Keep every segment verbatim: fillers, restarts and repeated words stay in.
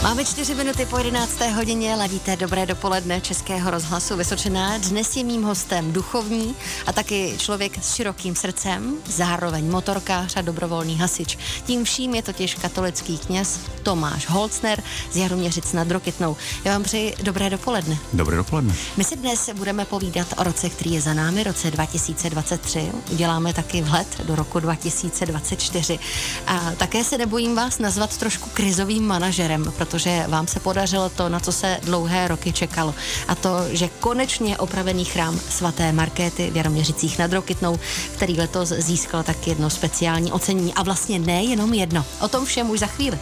Máme čtyři minuty po jedenácté hodině, ladíte Dobré dopoledne Českého rozhlasu Vysočina. Dnes je mým hostem duchovní a taky člověk s širokým srdcem, zároveň motorkář a dobrovolný hasič. Tím vším je totiž katolický kněz Tomáš Holcner z Jaroměřic nad Rokytnou. Já vám přeji dobré dopoledne. Dobré dopoledne. My si dnes budeme povídat o roce, který je za námi, roce dva tisíce dvacet tři. Uděláme taky vhled do roku dva tisíce dvacet čtyři. A také se nebojím vás nazvat trošku krizovým manažerem, protože vám se podařilo to, na co se dlouhé roky čekalo. A to, že konečně opravený chrám svaté Markéty v Jaroměřicích nad Rokytnou, který letos získal tak jedno speciální ocenění. A vlastně ne jenom jedno. O tom všem už za chvíli.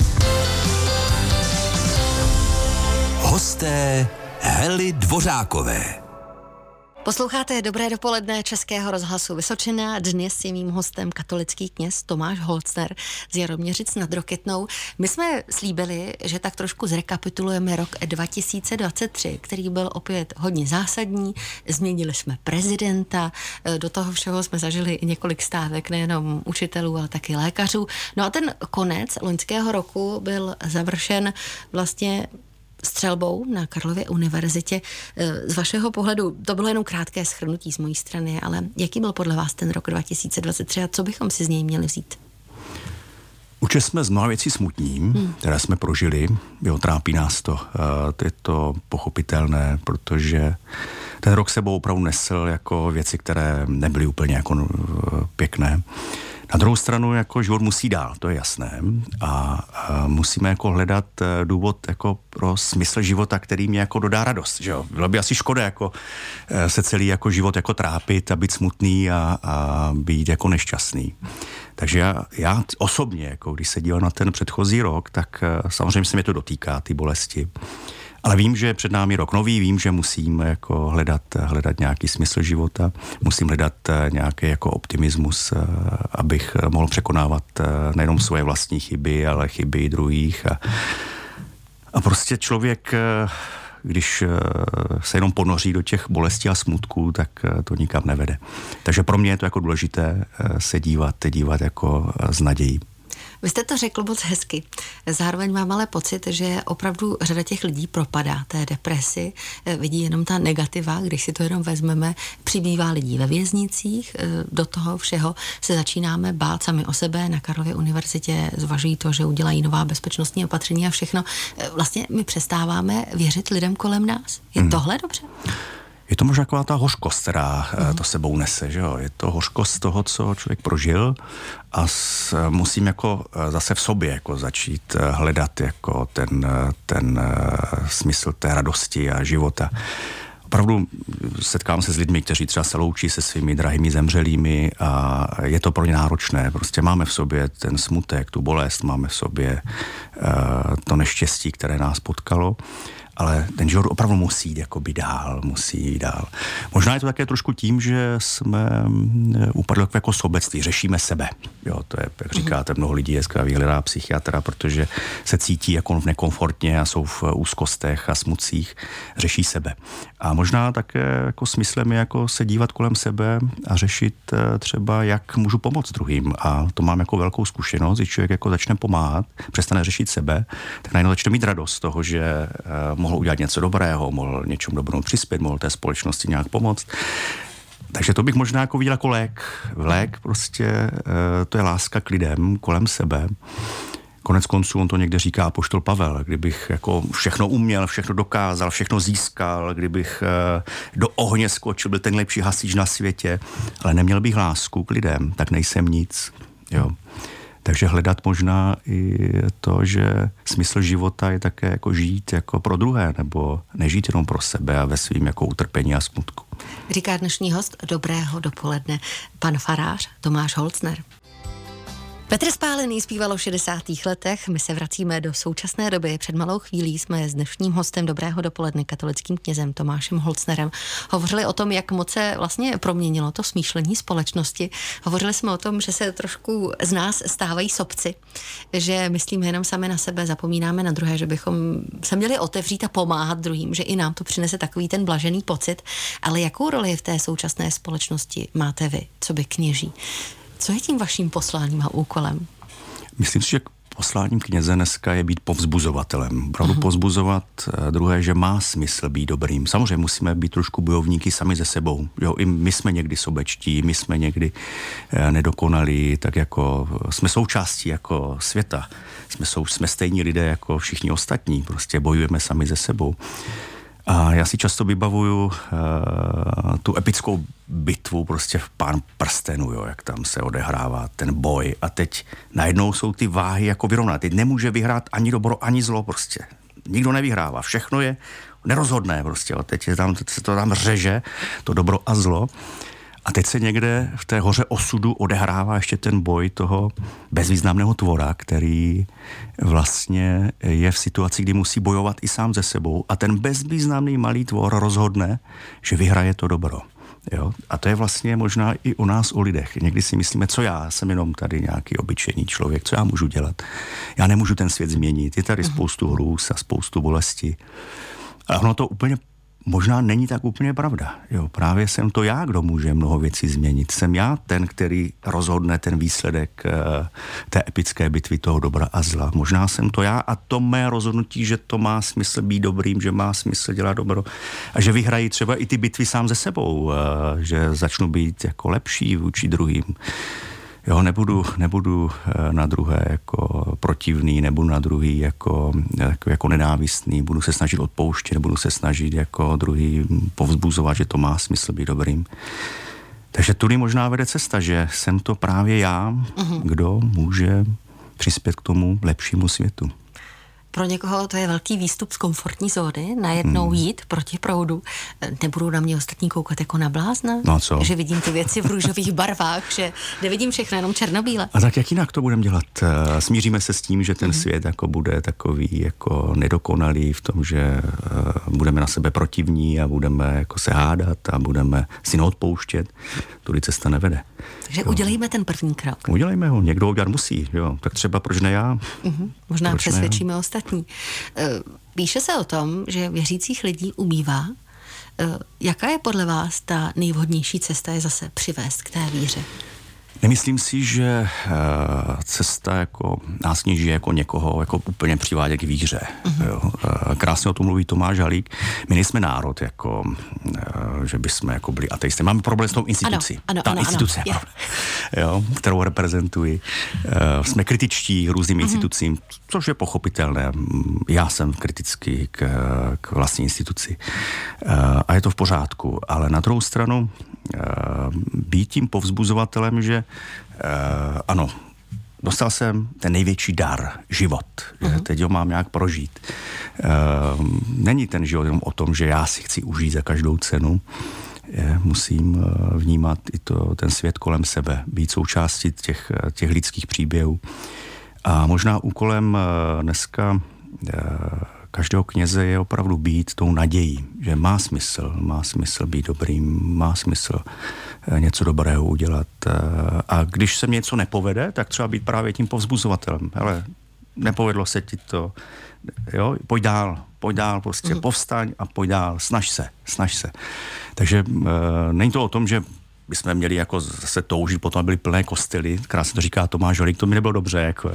Hosté Hely Dvořákové. Posloucháte Dobré dopoledne Českého rozhlasu Vysočina. Dnes je mým hostem katolický kněz Tomáš Holcner z Jaroměřic nad Rokytnou. My jsme slíbili, že tak trošku zrekapitulujeme rok dva tisíce dvacet tři, který byl opět hodně zásadní. Změnili jsme prezidenta, do toho všeho jsme zažili i několik stávek, nejenom učitelů, ale taky lékařů. No a ten konec loňského roku byl završen vlastně střelbou na Karlově univerzitě. Z vašeho pohledu, to bylo jenom krátké shrnutí z mojí strany, ale jaký byl podle vás ten rok dva tisíce dvacet tři a co bychom si z něj měli vzít? Určitě jsme z mnoha věcí smutní, hmm. které jsme prožili. Jo, trápí nás to. Je to pochopitelné, protože ten rok sebou opravdu nesl jako věci, které nebyly úplně jako pěkné. Na druhou stranu jako život musí dál, to je jasné. A, a musíme jako hledat důvod jako pro smysl života, který mě jako dodá radost. Že jo? Bylo by asi škoda jako se celý jako život jako trápit a být smutný a, a být jako nešťastný. Takže já, já osobně, jako když se dívám na ten předchozí rok, tak samozřejmě se mě to dotýká, ty bolesti. Ale vím, že před námi rok nový, vím, že musím jako hledat, hledat nějaký smysl života, musím hledat nějaký jako optimismus, abych mohl překonávat nejenom svoje vlastní chyby, ale chyby druhých. A, a prostě člověk, když se jenom ponoří do těch bolestí a smutků, tak to nikam nevede. Takže pro mě je to jako důležité se dívat, dívat jako s nadějí. Vy jste to řekl moc hezky. Zároveň mám ale pocit, že opravdu řada těch lidí propadá té depresi, vidí jenom ta negativa, když si to jenom vezmeme, přibývá lidí ve věznicích, do toho všeho se začínáme bát sami o sebe. Na Karlově univerzitě zvažují to, že udělají nová bezpečnostní opatření a všechno. Vlastně my přestáváme věřit lidem kolem nás. Je hmm. tohle dobře? Je to možná taková ta hořkost, která uh-huh. to sebou nese, že jo? Je to hořkost toho, co člověk prožil a s, musím jako zase v sobě jako začít hledat jako ten, ten smysl té radosti a života. Opravdu setkám se s lidmi, kteří třeba se loučí se svými drahými zemřelými a je to pro ně náročné. Prostě máme v sobě ten smutek, tu bolest, máme v sobě uh, to neštěstí, které nás potkalo. Ale ten život opravdu musí jít jakoby dál, musí jít dál. Možná je to také trošku tím, že jsme upadli jako sobectví, řešíme sebe. Jo, to je, jak říkáte, mnoho lidí dneska vyhledá psychiatra, protože se cítí jako nekomfortně a jsou v úzkostech a smucích, řeší sebe. A možná také jako smyslem je jako se dívat kolem sebe a řešit třeba, jak můžu pomoct druhým. A to mám jako velkou zkušenost, když člověk jako začne pomáhat, přestane řešit sebe, tak najednou začne mít radost z toho, že mohl udělat něco dobrého, mohl něčemu dobrému přispět, mohl té společnosti nějak pomoct. Takže to bych možná jako viděl jako lék. Lék prostě, to je láska k lidem kolem sebe. Konec konců on to někde říká apoštol Pavel, kdybych jako všechno uměl, všechno dokázal, všechno získal, kdybych do ohně skočil, byl ten nejlepší hasič na světě, ale neměl bych lásku k lidem, tak nejsem nic. Jo. Takže hledat možná i to, že smysl života je také jako žít jako pro druhé, nebo nežít jenom pro sebe a ve svým jako utrpení a smutku. Říká dnešní host Dobrého dopoledne, pan farář Tomáš Holcner. Petr Spálený zpíval o šedesátých letech, my se vracíme do současné doby. Před malou chvílí jsme s dnešním hostem Dobrého dopoledne, katolickým knězem Tomášem Holcnerem, hovořili o tom, jak moc se vlastně proměnilo to smýšlení společnosti. Hovořili jsme o tom, že se trošku z nás stávají sobci, že myslíme jenom sami na sebe, zapomínáme na druhé, že bychom se měli otevřít a pomáhat druhým, že i nám to přinese takový ten blažený pocit. Ale jakou roli v té současné společnosti máte vy, co by kněží? Co je tím vaším posláním a úkolem? Myslím si, že Posláním kněze dneska je být povzbuzovatelem. Opravdu uh-huh. povzbuzovat druhé, že má smysl být dobrým. Samozřejmě musíme být trošku bojovníky sami ze sebou. Jo, i my jsme někdy sobečtí, my jsme někdy eh, nedokonalí, tak jako jsme součástí jako světa. Jsme, sou, jsme stejní lidé jako všichni ostatní. Prostě bojujeme sami ze sebou. A já si často vybavuju uh, tu epickou bitvu prostě v Pán prstenů, jo, jak tam se odehrává ten boj. A teď najednou jsou ty váhy jako vyrovnané. Teď nemůže vyhrát ani dobro, ani zlo prostě. Nikdo nevyhrává. Všechno je nerozhodné prostě. Jo. Teď je tam, teď se to tam řeže, to dobro a zlo. A teď se někde v té hoře osudu odehrává ještě ten boj toho bezvýznamného tvora, který vlastně je v situaci, kdy musí bojovat i sám ze sebou. A ten bezvýznamný malý tvor rozhodne, že vyhraje to dobro. Jo? A to je vlastně možná i u nás, u lidech. Někdy si myslíme, co já, jsem jenom tady nějaký obyčejný člověk, co já můžu dělat. Já nemůžu ten svět změnit. Je tady spoustu hrůz a spoustu bolesti. A ono to úplně možná není tak úplně pravda. Jo, právě jsem to já, kdo může mnoho věcí změnit. Jsem já ten, který rozhodne ten výsledek uh, té epické bitvy toho dobra a zla. Možná jsem to já a to mé rozhodnutí, že to má smysl být dobrým, že má smysl dělat dobro a že vyhrají třeba i ty bitvy sám ze sebou, uh, že začnu být jako lepší vůči druhým. Jo, nebudu, nebudu na druhé jako protivný, nebudu na druhý jako, jako, jako nenávistný, budu se snažit odpouštět, budu se snažit jako druhý povzbuzovat, že to má smysl být dobrým. Takže tudy možná vede cesta, že jsem to právě já, uh-huh. kdo může přispět k tomu lepšímu světu. Pro někoho to je velký výstup z komfortní zóny, najednou hmm. jít proti proudu. Nebudou na mě ostatní koukat jako na blázna? No co? Že vidím ty věci v růžových barvách, že nevidím všechno, jenom černobíle. A tak jak jinak to budeme dělat? Smíříme se s tím, že ten hmm. svět jako bude takový jako nedokonalý v tom, že budeme na sebe protivní a budeme jako se hádat a budeme si neodpouštět. Tudy cesta nevede. Takže jo. Udělejme ten první krok. Udělejme ho, někdo udělat musí, jo. Tak třeba proč ne já? Uh-huh. Možná proč přesvědčíme ne? Ostatní. Píše se o tom, že věřících lidí ubývá. Jaká je podle vás ta nejvhodnější cesta je zase přivést k té víře? Nemyslím si, že cesta jako nás žije jako někoho jako úplně přivádě k víře. Uh-huh. Jo. Krásně o tom mluví Tomáš Halík. My nejsme národ, jako, že bychom jako byli ateisté. Máme problém s tou institucí. Ano, ano, Ta ano, instituce, ano. Jo, kterou reprezentuji. Jsme kritičtí různým uh-huh. institucím, což je pochopitelné. Já jsem kritický k, k vlastní instituci. A je to v pořádku. Ale na druhou stranu být tím povzbuzovatelem, že uh, ano, dostal jsem ten největší dar, život. Uh-huh. Že teď ho mám nějak prožít. Uh, není ten život jenom o tom, že já si chci užít za každou cenu. Je, musím uh, vnímat i to, ten svět kolem sebe, být součástí těch, těch lidských příběhů. A možná úkolem uh, dneska uh, každého kněze je opravdu být tou nadějí, že má smysl, má smysl být dobrým, má smysl něco dobrého udělat. A když se mi něco nepovede, tak třeba být právě tím povzbuzovatelem. Hele, nepovedlo se ti to, jo, pojď dál, pojď dál, prostě mm. povstaň a pojď dál, snaž se, snaž se. Takže e, není to o tom, že bychom měli jako zase toužit, potom byly plné kostely, krásně to říká Tomáš Halík, to mi nebylo dobře. Jako.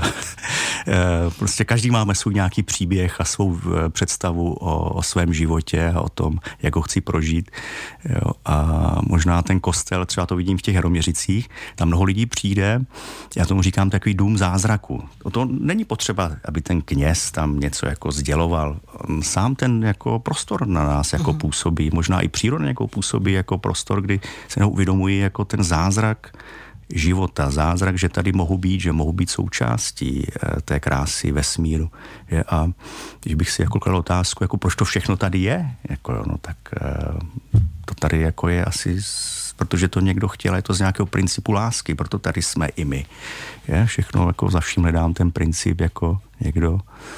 Prostě každý máme svůj nějaký příběh a svou představu o, o svém životě a o tom, jak ho chci prožít. Jo. A možná ten kostel, třeba to vidím v těch Jaroměřicích, tam mnoho lidí přijde, já tomu říkám takový dům zázraku. O to není potřeba, aby ten kněz tam něco jako sděloval. On sám ten jako prostor na nás jako mm. působí, možná i příroda jako působí jako prostor, kdy se neuvědomují jako ten zázrak života, zázrak, že tady mohu být, že mohu být součástí e, té krásy vesmíru. Je, a když bych si jako kladl otázku, jako proč to všechno tady je, jako, no, tak e, to tady jako je asi, z, protože to někdo chtěl, je to z nějakého principu lásky, proto tady jsme i my. Je, všechno jako za vším hledám ten princip, jako někdo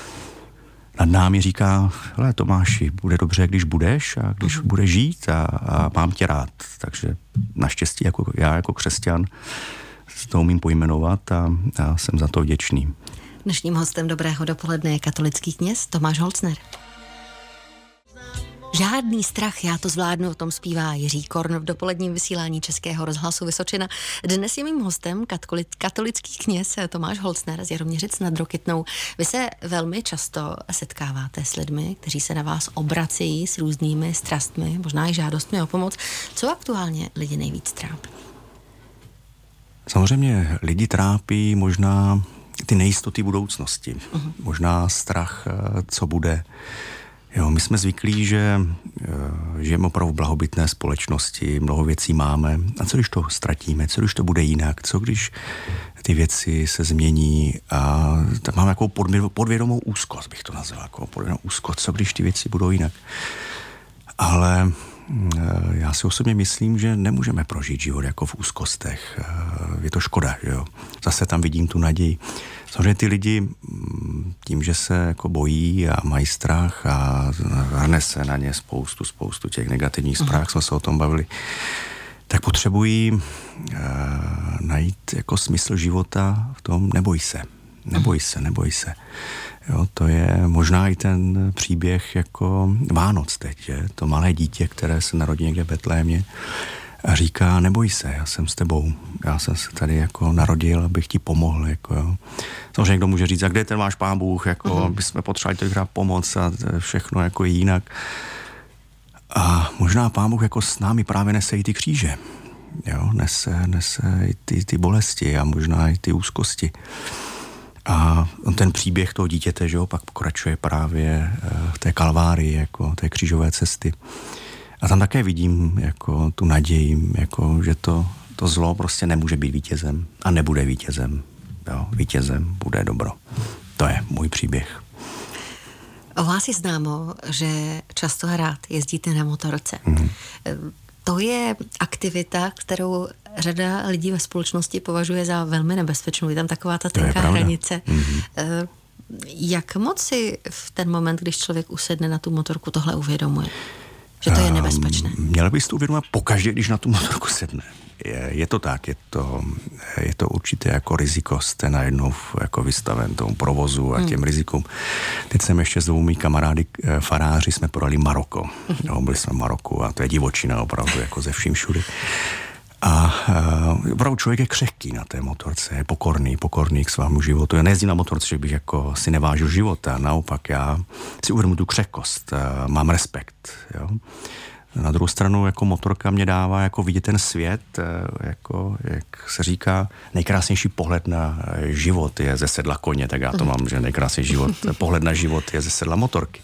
nad námi říká, hele Tomáši, bude dobře, když budeš a když uh-huh. budeš žít a, a mám tě rád. Takže naštěstí jako já jako křesťan to umím pojmenovat a, a jsem za to vděčný. Dnešním hostem Dobrého dopoledne je katolický kněz Tomáš Holcner. Žádný strach, já to zvládnu, o tom zpívá Jiří Korn v dopoledním vysílání Českého rozhlasu Vysočina. Dnes je mým hostem katolický kněz Tomáš Holcner z Jaroměřic nad Rokytnou. Vy se velmi často setkáváte s lidmi, kteří se na vás obracejí s různými strastmi, možná i žádostmi o pomoc. Co aktuálně lidi nejvíc trápí? Samozřejmě lidi trápí možná ty nejistoty budoucnosti, uh-huh. možná strach, co bude. Jo, my jsme zvyklí, že uh, žijeme opravdu v blahobytné společnosti, mnoho věcí máme. A co když to ztratíme? Co když to bude jinak? Co když ty věci se změní? A tak máme jako podvědomou úzkost, bych to nazval, jako podvědomou úzkost. Co když ty věci budou jinak? Ale uh, já si osobně myslím, že nemůžeme prožít život jako v úzkostech. Uh, je to škoda, že jo? Zase tam vidím tu naději. Samozřejmě ty lidi tím, že se jako bojí a mají strach a hrne se na ně spoustu, spoustu těch negativních zpráv, jsme se o tom bavili, tak potřebují uh, najít jako smysl života v tom, neboj se, neboj se, neboj se. Jo, to je možná i ten příběh jako Vánoc teď, že? To malé dítě, které se narodí někde v Betlémě, a říká, neboj se, já jsem s tebou, já jsem se tady jako narodil, abych ti pomohl, jako jo. Samozřejmě někdo může říct, a kde je ten váš Pán Bůh, jako uh-huh. bychom potřebovali tenkrát pomoc a všechno jako jinak. A možná Pán Bůh jako s námi právě nese i ty kříže, jo, nese, nese i ty, ty bolesti a možná i ty úzkosti. A ten příběh toho dítěte, že jo, pak pokračuje právě v té kalvárii, jako té křížové cesty. A tam také vidím jako tu naději, jako, že to, to zlo prostě nemůže být vítězem a nebude vítězem. Jo, vítězem bude dobro. To je můj příběh. O vás je známo, že často rád jezdíte na motorce. Mm. To je aktivita, kterou řada lidí ve společnosti považuje za velmi nebezpečnou. Je tam taková ta tenká hranice. Mm. Jak moc si v ten moment, když člověk usedne na tu motorku, tohle uvědomuje? Že to je nebezpečné. Um, měl bys to uvědomit pokaždé, když na tu motorku sedne. Je, je to tak, je to, je to určitě jako riziko, jste najednou jako vystaven tomu provozu a těm hmm. rizikům. Teď jsem ještě s dvoumi kamarády faráři, jsme projeli Maroko. No, byli jsme v Maroku a to je divočina opravdu, jako ze vším všudy. A uh, opravdu člověk je křehký na té motorce, je pokorný, pokorný k svému životu. Já nejezdím na motorce, že bych jako si nevážil života, naopak já si uvědomuji tu křehkost, uh, mám respekt, jo. Na druhou stranu jako motorka mě dává jako vidět ten svět, uh, jako, jak se říká, nejkrásnější pohled na život je ze sedla koně, tak já to mám, že nejkrásnější život, pohled na život je ze sedla motorky.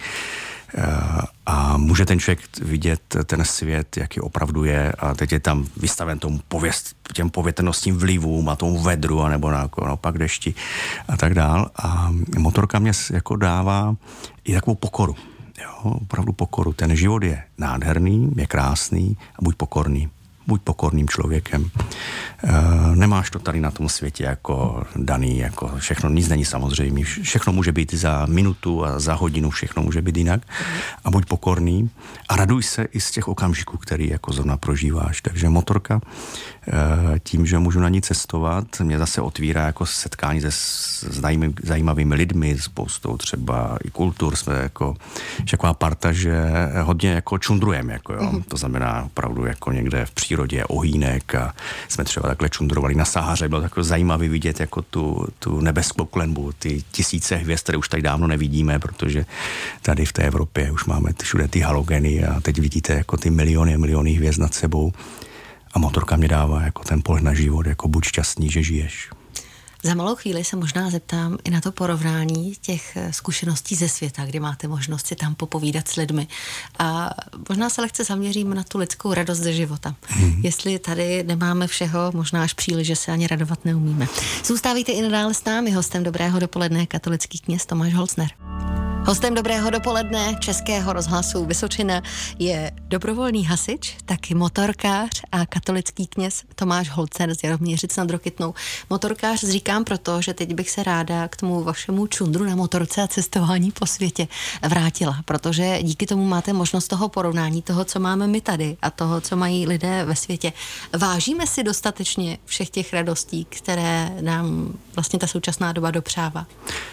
A může ten člověk vidět ten svět, jaký opravdu je, a teď je tam vystaven tomu pověst, těm povětrnostním vlivům a tomu vedru, anebo naopak dešti a tak dál. A motorka mě jako dává i takovou pokoru. Jo, opravdu pokoru. Ten život je nádherný, je krásný a buď pokorný. Buď pokorným člověkem. E, nemáš to tady na tom světě jako daný, jako všechno, nic není samozřejmě. Všechno může být za minutu a za hodinu, všechno může být jinak. A buď pokorný a raduj se i z těch okamžiků, který jako zrovna prožíváš. Takže motorka, e, tím, že můžu na ní cestovat, mě zase otvírá jako setkání se zajímavými, zajímavými lidmi, spoustou třeba i kultur. Jsme jako taková parta, že hodně jako čundrujeme, jako jo. Mm-hmm. To znamená opravdu jako někde v přírodě ohýnek a jsme třeba takhle čundrovali na Sahaře, bylo takové zajímavé vidět jako tu, tu nebeskou klenbu, ty tisíce hvězd, které už tady dávno nevidíme, protože tady v té Evropě už máme všude ty halogeny a teď vidíte jako ty miliony a miliony hvězd nad sebou a motorka mě dává jako ten pohled na život, jako buď šťastný, že žiješ. Za malou chvíli se možná zeptám i na to porovnání těch zkušeností ze světa, kdy máte možnost si tam popovídat s lidmi. A možná se lehce zaměřím na tu lidskou radost ze života. Hmm. Jestli tady nemáme všeho, možná až příliš, že se ani radovat neumíme. Zůstávejte i nadále s námi. Hostem Dobrého dopoledne katolický kněz Tomáš Holcner. Hostem Dobrého dopoledne Českého rozhlasu Vysočina je dobrovolný hasič, taky motorkář a katolický kněz Tomáš Holcner z Jaroměřic nad Rokytnou. Motorkář říkám proto, že teď bych se ráda k tomu vašemu čundru na motorce a cestování po světě vrátila, protože díky tomu máte možnost toho porovnání, toho, co máme my tady a toho, co mají lidé ve světě. Vážíme si dostatečně všech těch radostí, které nám vlastně ta současná doba dopřává?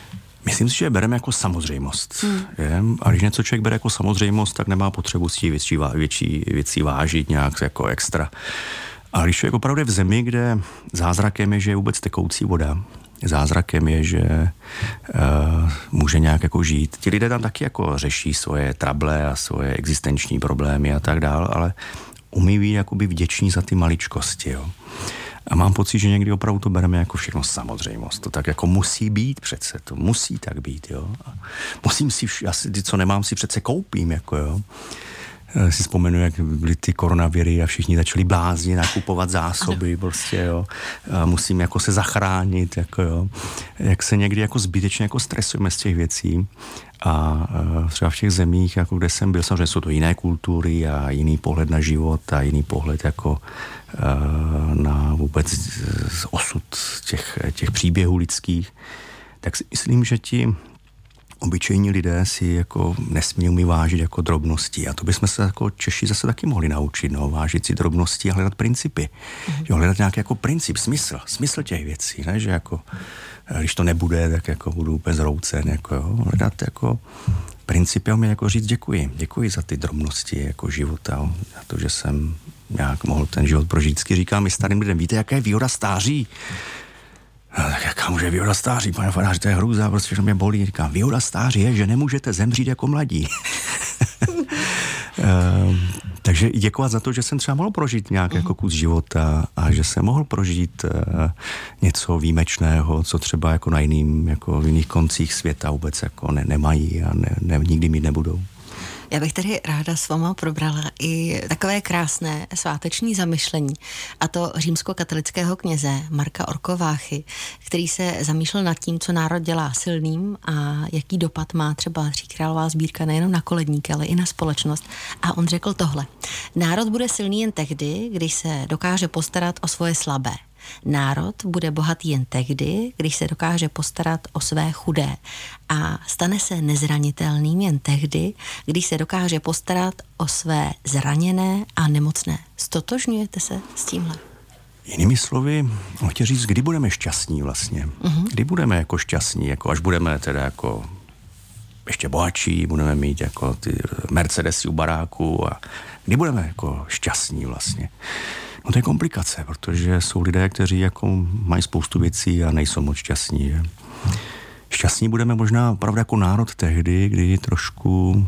Myslím si, že bereme jako samozřejmost. Hmm. Je? A když něco člověk bere jako samozřejmost, tak nemá potřebu si větší, větší věcí vážit nějak jako extra. A když člověk opravdu je v zemi, kde zázrakem je, že je vůbec tekoucí voda, zázrakem je, že uh, může nějak jako žít. Ti lidé tam taky jako řeší svoje trable a svoje existenční problémy a tak dál, ale umí být jakoby vděční za ty maličkosti, jo. A mám pocit, že někdy opravdu to bereme jako všechno samozřejmost. To tak jako musí být přece, to musí tak být, jo. A musím si, já si, co nemám, si přece koupím, jako jo. Já si vzpomenu, jak byly ty koronaviry a všichni začali blázni nakupovat zásoby, ano. prostě, jo. A musím jako se zachránit, jako jo. Jak se někdy jako zbytečně jako stresujeme z těch věcí. A třeba v těch zemích, jako kde jsem byl, samozřejmě jsou to jiné kultury a jiný pohled na život a jiný pohled jako na vůbec osud těch, těch příběhů lidských, tak si myslím, že ti obyčejní lidé si jako nesmí umí vážit jako drobnosti. A to bychom se jako Češi zase taky mohli naučit, no, vážit si drobnosti a hledat principy. Mm-hmm. Jo, hledat nějaký jako princip, smysl, smysl těch věcí, ne, že jako když to nebude, tak jako budu úplně zroucen, jako jo, hledat jako principy a mě jako říct děkuji, děkuji za ty drobnosti jako života, za to, že jsem nějak mohl ten život prožít. Vždycky říkám i starým lidem, víte, jaká je výhoda stáří? No, tak jaká může výhoda stáří, pane faráři, to je hrůza, prostě že mě bolí. Říkám, výhoda stáří je, že nemůžete zemřít jako mladí. Uh, takže děkovat za to, že jsem třeba mohl prožít nějak jako kus života a že jsem mohl prožít uh, něco výjimečného, co třeba jako na jiným, jako v jiných koncích světa vůbec jako ne, nemají a ne, ne, nikdy mít nebudou. Já bych tedy ráda s váma probrala i takové krásné sváteční zamyšlení, a to římskokatolického kněze Marka Orkováchy, který se zamýšlel nad tím, co národ dělá silným a jaký dopad má třeba Tříkrálová sbírka nejenom na koledníky, ale i na společnost. A on řekl tohle. Národ bude silný jen tehdy, když se dokáže postarat o svoje slabé. Národ bude bohatý jen tehdy, když se dokáže postarat o své chudé. A stane se nezranitelným jen tehdy, když se dokáže postarat o své zraněné a nemocné. Stotožňujete se s tímhle? Jinými slovy, chtěl říct, kdy budeme šťastní vlastně. Uh-huh. Kdy budeme jako šťastní, jako až budeme teda jako ještě bohatší, budeme mít jako ty Mercedesy u baráku a kdy budeme jako šťastní vlastně. No to je komplikace, protože jsou lidé, kteří jako mají spoustu věcí a nejsou moc šťastní. Že? Šťastní budeme možná opravdu jako národ tehdy, kdy trošku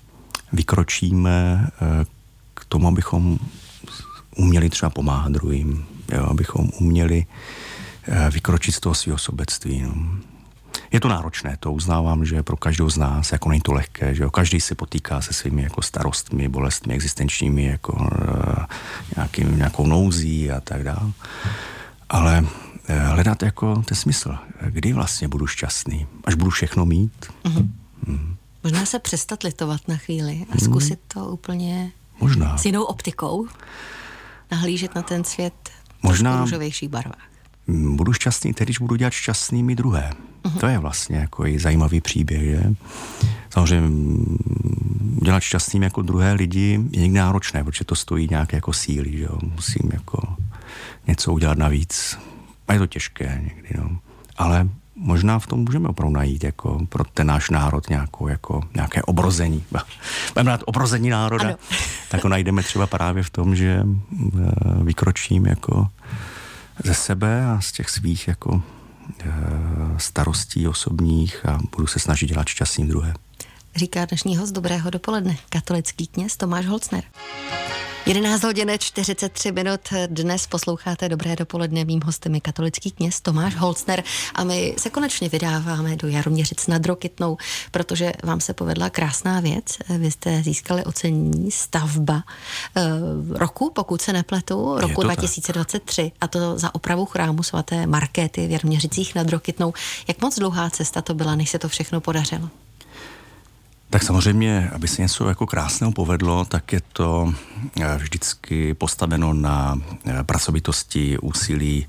vykročíme k tomu, abychom uměli třeba pomáhat druhým, jo? Abychom uměli vykročit z toho svého sobectví. No. Je to náročné, to uznávám, že pro každou z nás jako není to lehké, že jo? Každý se potýká se svými jako starostmi, bolestmi existenčními, jako uh, nějakým, nějakou nouzí a tak dále. Ale uh, hledat jako ten smysl, kdy vlastně budu šťastný, až budu všechno mít. Mm-hmm. Mm. Možná se přestat litovat na chvíli a zkusit mm. to úplně možná s jinou optikou, nahlížet na ten svět možná v růžovějších barvách. Budu šťastný, tedy když budu dělat šťastnými druhé. Uh-huh. To je vlastně jako i zajímavý příběh, že? Samozřejmě dělat šťastným jako druhé lidi je někdy náročné, protože to stojí nějaké jako síly, že jo? Musím jako něco udělat navíc. A je to těžké někdy, no. Ale možná v tom můžeme opravdu najít jako pro ten náš národ nějakou, jako, nějaké obrození. Budeme rád obrození národa. Ano. Tak ho najdeme třeba právě v tom, že vykročím jako ze sebe a z těch svých jako starostí osobních a budu se snažit dělat šťastným druhé. Říká dnešní host Dobrého dopoledne, katolický kněz Tomáš Holcner. jedenáct hodin čtyřicet tři minut. Dnes posloucháte Dobré dopoledne. Mým hostem je katolický kněz Tomáš Holcner a my se konečně vydáváme do Jaroměřic nad Rokytnou, protože vám se povedla krásná věc. Vy jste získali ocenění stavba eh, roku, pokud se nepletu, roku dva tisíce dvacet tři tak. A to za opravu chrámu svaté Markéty v Jaroměřicích nad Rokytnou. Jak moc dlouhá cesta to byla, než se to všechno podařilo? Tak samozřejmě, aby se něco jako krásného povedlo, tak je to vždycky postaveno na pracovitosti, úsilí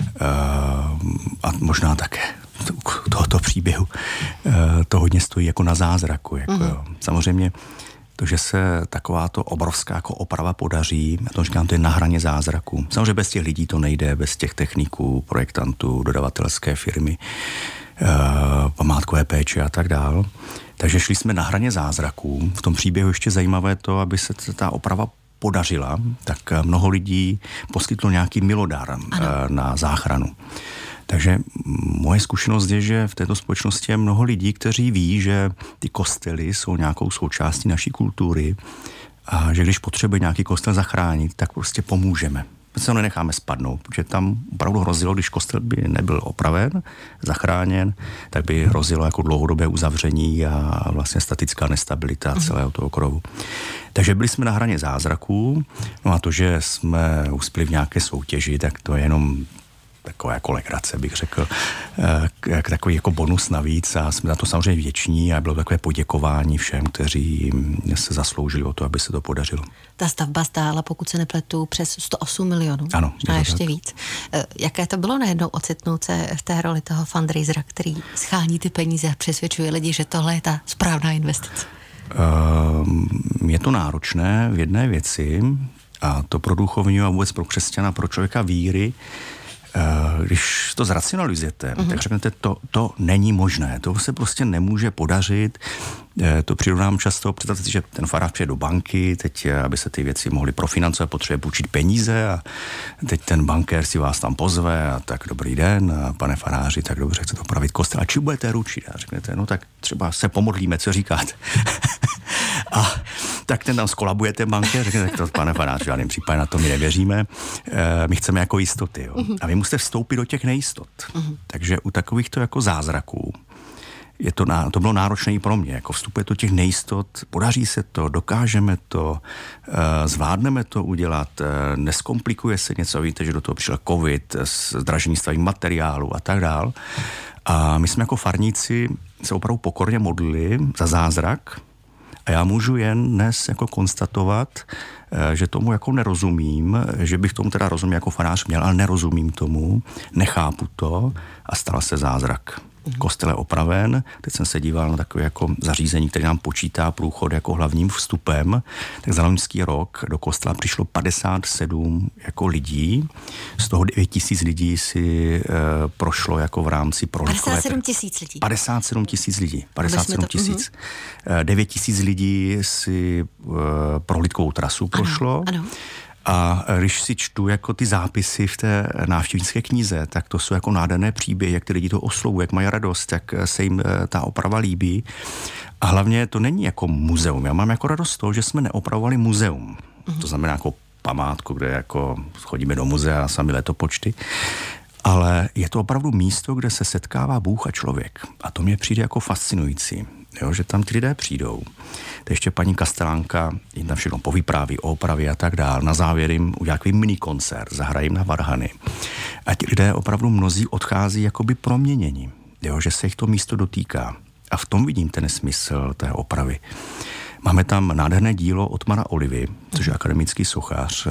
a možná také tohoto příběhu. To hodně stojí jako na zázraku. Jako, mm-hmm. Samozřejmě to, že se takováto obrovská jako oprava podaří, já to říkám, to je na hraně zázraku. Samozřejmě bez těch lidí to nejde, bez těch techniků, projektantů, dodavatelské firmy. památkové péče a tak dál. Takže šli jsme na hraně zázraků. V tom příběhu ještě zajímavé to, aby se ta oprava podařila, tak mnoho lidí poskytlo nějaký milodár ano. na záchranu. Takže moje zkušenost je, že v této společnosti je mnoho lidí, kteří ví, že ty kostely jsou nějakou součástí naší kultury a že když potřebuje nějaký kostel zachránit, tak prostě pomůžeme. My se ho nenecháme spadnout, protože tam opravdu hrozilo, když kostel by nebyl opraven, zachráněn, tak by hrozilo jako dlouhodobé uzavření a vlastně statická nestabilita celého toho krovu. Takže byli jsme na hraně zázraků, no a to, že jsme uspěli v nějaké soutěži, tak to je jenom taková jako legrace, bych řekl, k takový jako bonus navíc a jsme za to samozřejmě vděční a bylo takové poděkování všem, kteří se zasloužili o to, aby se to podařilo. Ta stavba stála, pokud se nepletu, přes sto osm milionů. Ano. A ještě tak. víc. Jaké to bylo najednou ocitnout se v té roli toho fundraisera, který schání ty peníze a přesvědčuje lidi, že tohle je ta správná investice? Je to náročné v jedné věci a to pro duchovního a vůbec pro křesťana, pro člověka víry. Když to zracionalizujete, mm-hmm. tak řeknete, to, to není možné, to se prostě nemůže podařit. To přirovnám často, představte si, že ten farář přijde do banky, teď, aby se ty věci mohly profinancovat, potřebuje půjčit peníze a teď ten bankér si vás tam pozve a tak dobrý den, a pane faráři, tak dobře, chcete opravit kostel, a či budete ručit? A řeknete, no tak třeba se pomodlíme, co říkáte? A tak ten tam skolabuje ten bankér, řeknete, to pane faráři, v žádném případě na to my nevěříme, my chceme jako jistoty. Jo. A vy musíte vstoupit do těch nejistot. Uh-huh. Takže u takovýchto jako zázraků je to, ná, to bylo náročné i pro mě. Jako vstupuje do těch nejistot, podaří se to, dokážeme to, e, zvládneme to udělat, e, neskomplikuje se něco, víte, že do toho přišel covid, zdražení stavebních materiálů a tak dál. A my jsme jako farníci se opravdu pokorně modlili za zázrak. A já můžu jen dnes jako konstatovat, že tomu jako nerozumím, že bych tomu teda rozuměl jako farář měl, ale nerozumím tomu, nechápu to a stal se zázrak. Kostel je opraven, teď jsem se díval na takové jako zařízení, které nám počítá průchod jako hlavním vstupem, tak za loňský rok do kostela přišlo padesát sedm jako lidí, z toho devět tisíc lidí si e, prošlo jako v rámci prohlídkové. padesát sedm tisíc lidí. padesát sedm tisíc lidí. padesát sedm tisíc. Uh-huh. devět tisíc lidí si e, prohlídkovou trasu prošlo. Ano, ano. A když si čtu jako ty zápisy v té návštěvnické knize, tak to jsou jako nádherné příběhy, jak ty lidi to oslovují, jak mají radost, jak se jim ta oprava líbí. A hlavně to není jako muzeum. Já mám jako radost z toho, že jsme neopravovali muzeum. Mm-hmm. To znamená jako památku, kde jako chodíme do muzea a sami letopočty. Ale je to opravdu místo, kde se setkává Bůh a člověk. A to mě přijde jako fascinující. Jo, že tam ty lidé přijdou. To ještě paní Kastelánka jim tam všechno povypráví o opravě a tak dál. Na závěr jim udělá takový mini koncert, zahrají na varhany. A ti lidé opravdu mnozí odchází jakoby proměnění. Jo, že se jich to místo dotýká. A v tom vidím ten smysl té opravy. Máme tam nádherné dílo Otmara Olivy, což je akademický sochař.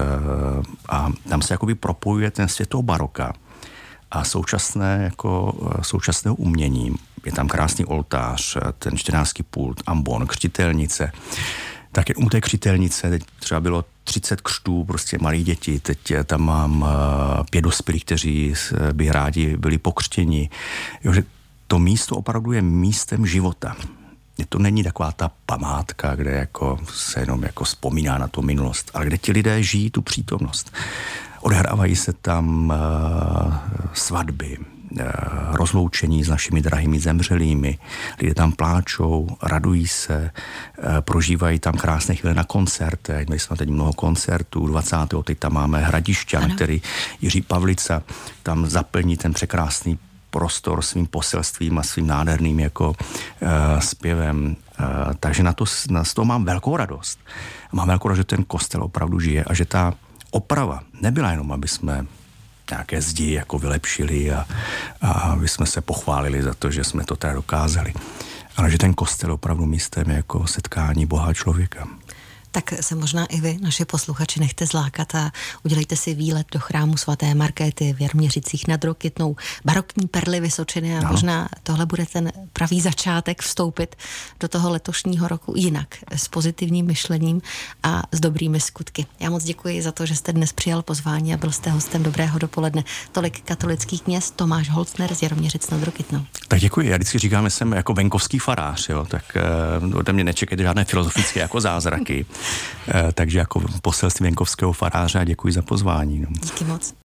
A tam se jakoby propojuje ten svět toho baroka a současné, jako, současného umění. Je tam krásný oltář, ten čtenářský pult, ambon, křtitelnice. Tak u té křtitelnice teď třeba bylo třicet křtů, prostě malých dětí. Teď tam mám pět dospělých, kteří by rádi byli pokřtěni. Jo, že to místo opravdu je místem života. To není taková ta památka, kde jako se jenom jako vzpomíná na tu minulost, ale kde ti lidé žijí tu přítomnost. Odehrávají se tam uh, svatby, uh, rozloučení s našimi drahými zemřelými. Lidé tam pláčou, radují se, uh, prožívají tam krásné chvíle na koncertech. My jsme teď mnoho koncertů, dvacátého teď tam máme Hradišťan, který Jiří Pavlica tam zaplní ten překrásný prostor svým poselstvím a svým nádherným jako uh, zpěvem. Uh, takže na to, na to mám velkou radost. Mám velkou radost, že ten kostel opravdu žije a že ta oprava nebyla jenom, aby jsme nějaké zdi jako vylepšili a, a aby jsme se pochválili za to, že jsme to teda dokázali. Ale že ten kostel opravdu místem jako setkání Boha a člověka. Tak se možná i vy, naši posluchači, nechte zlákat a udělejte si výlet do chrámu svaté Markéty v Jaroměřicích nad Rokytnou, barokní perly Vysočiny a no. možná tohle bude ten pravý začátek vstoupit do toho letošního roku jinak, s pozitivním myšlením a s dobrými skutky. Já moc děkuji za to, že jste dnes přijal pozvání a byl jste hostem Dobrého dopoledne. Tolik katolický kněz Tomáš Holcner z Jaroměřic nad Rokytnou. Tak děkuji. Já vždycky říkám, že jsem jako venkovský farář, jo, tak uh, ode mě nečekejte žádné filozofické jako zázraky. Uh, takže jako poselství venkovského faráře a děkuji za pozvání. No. Díky moc.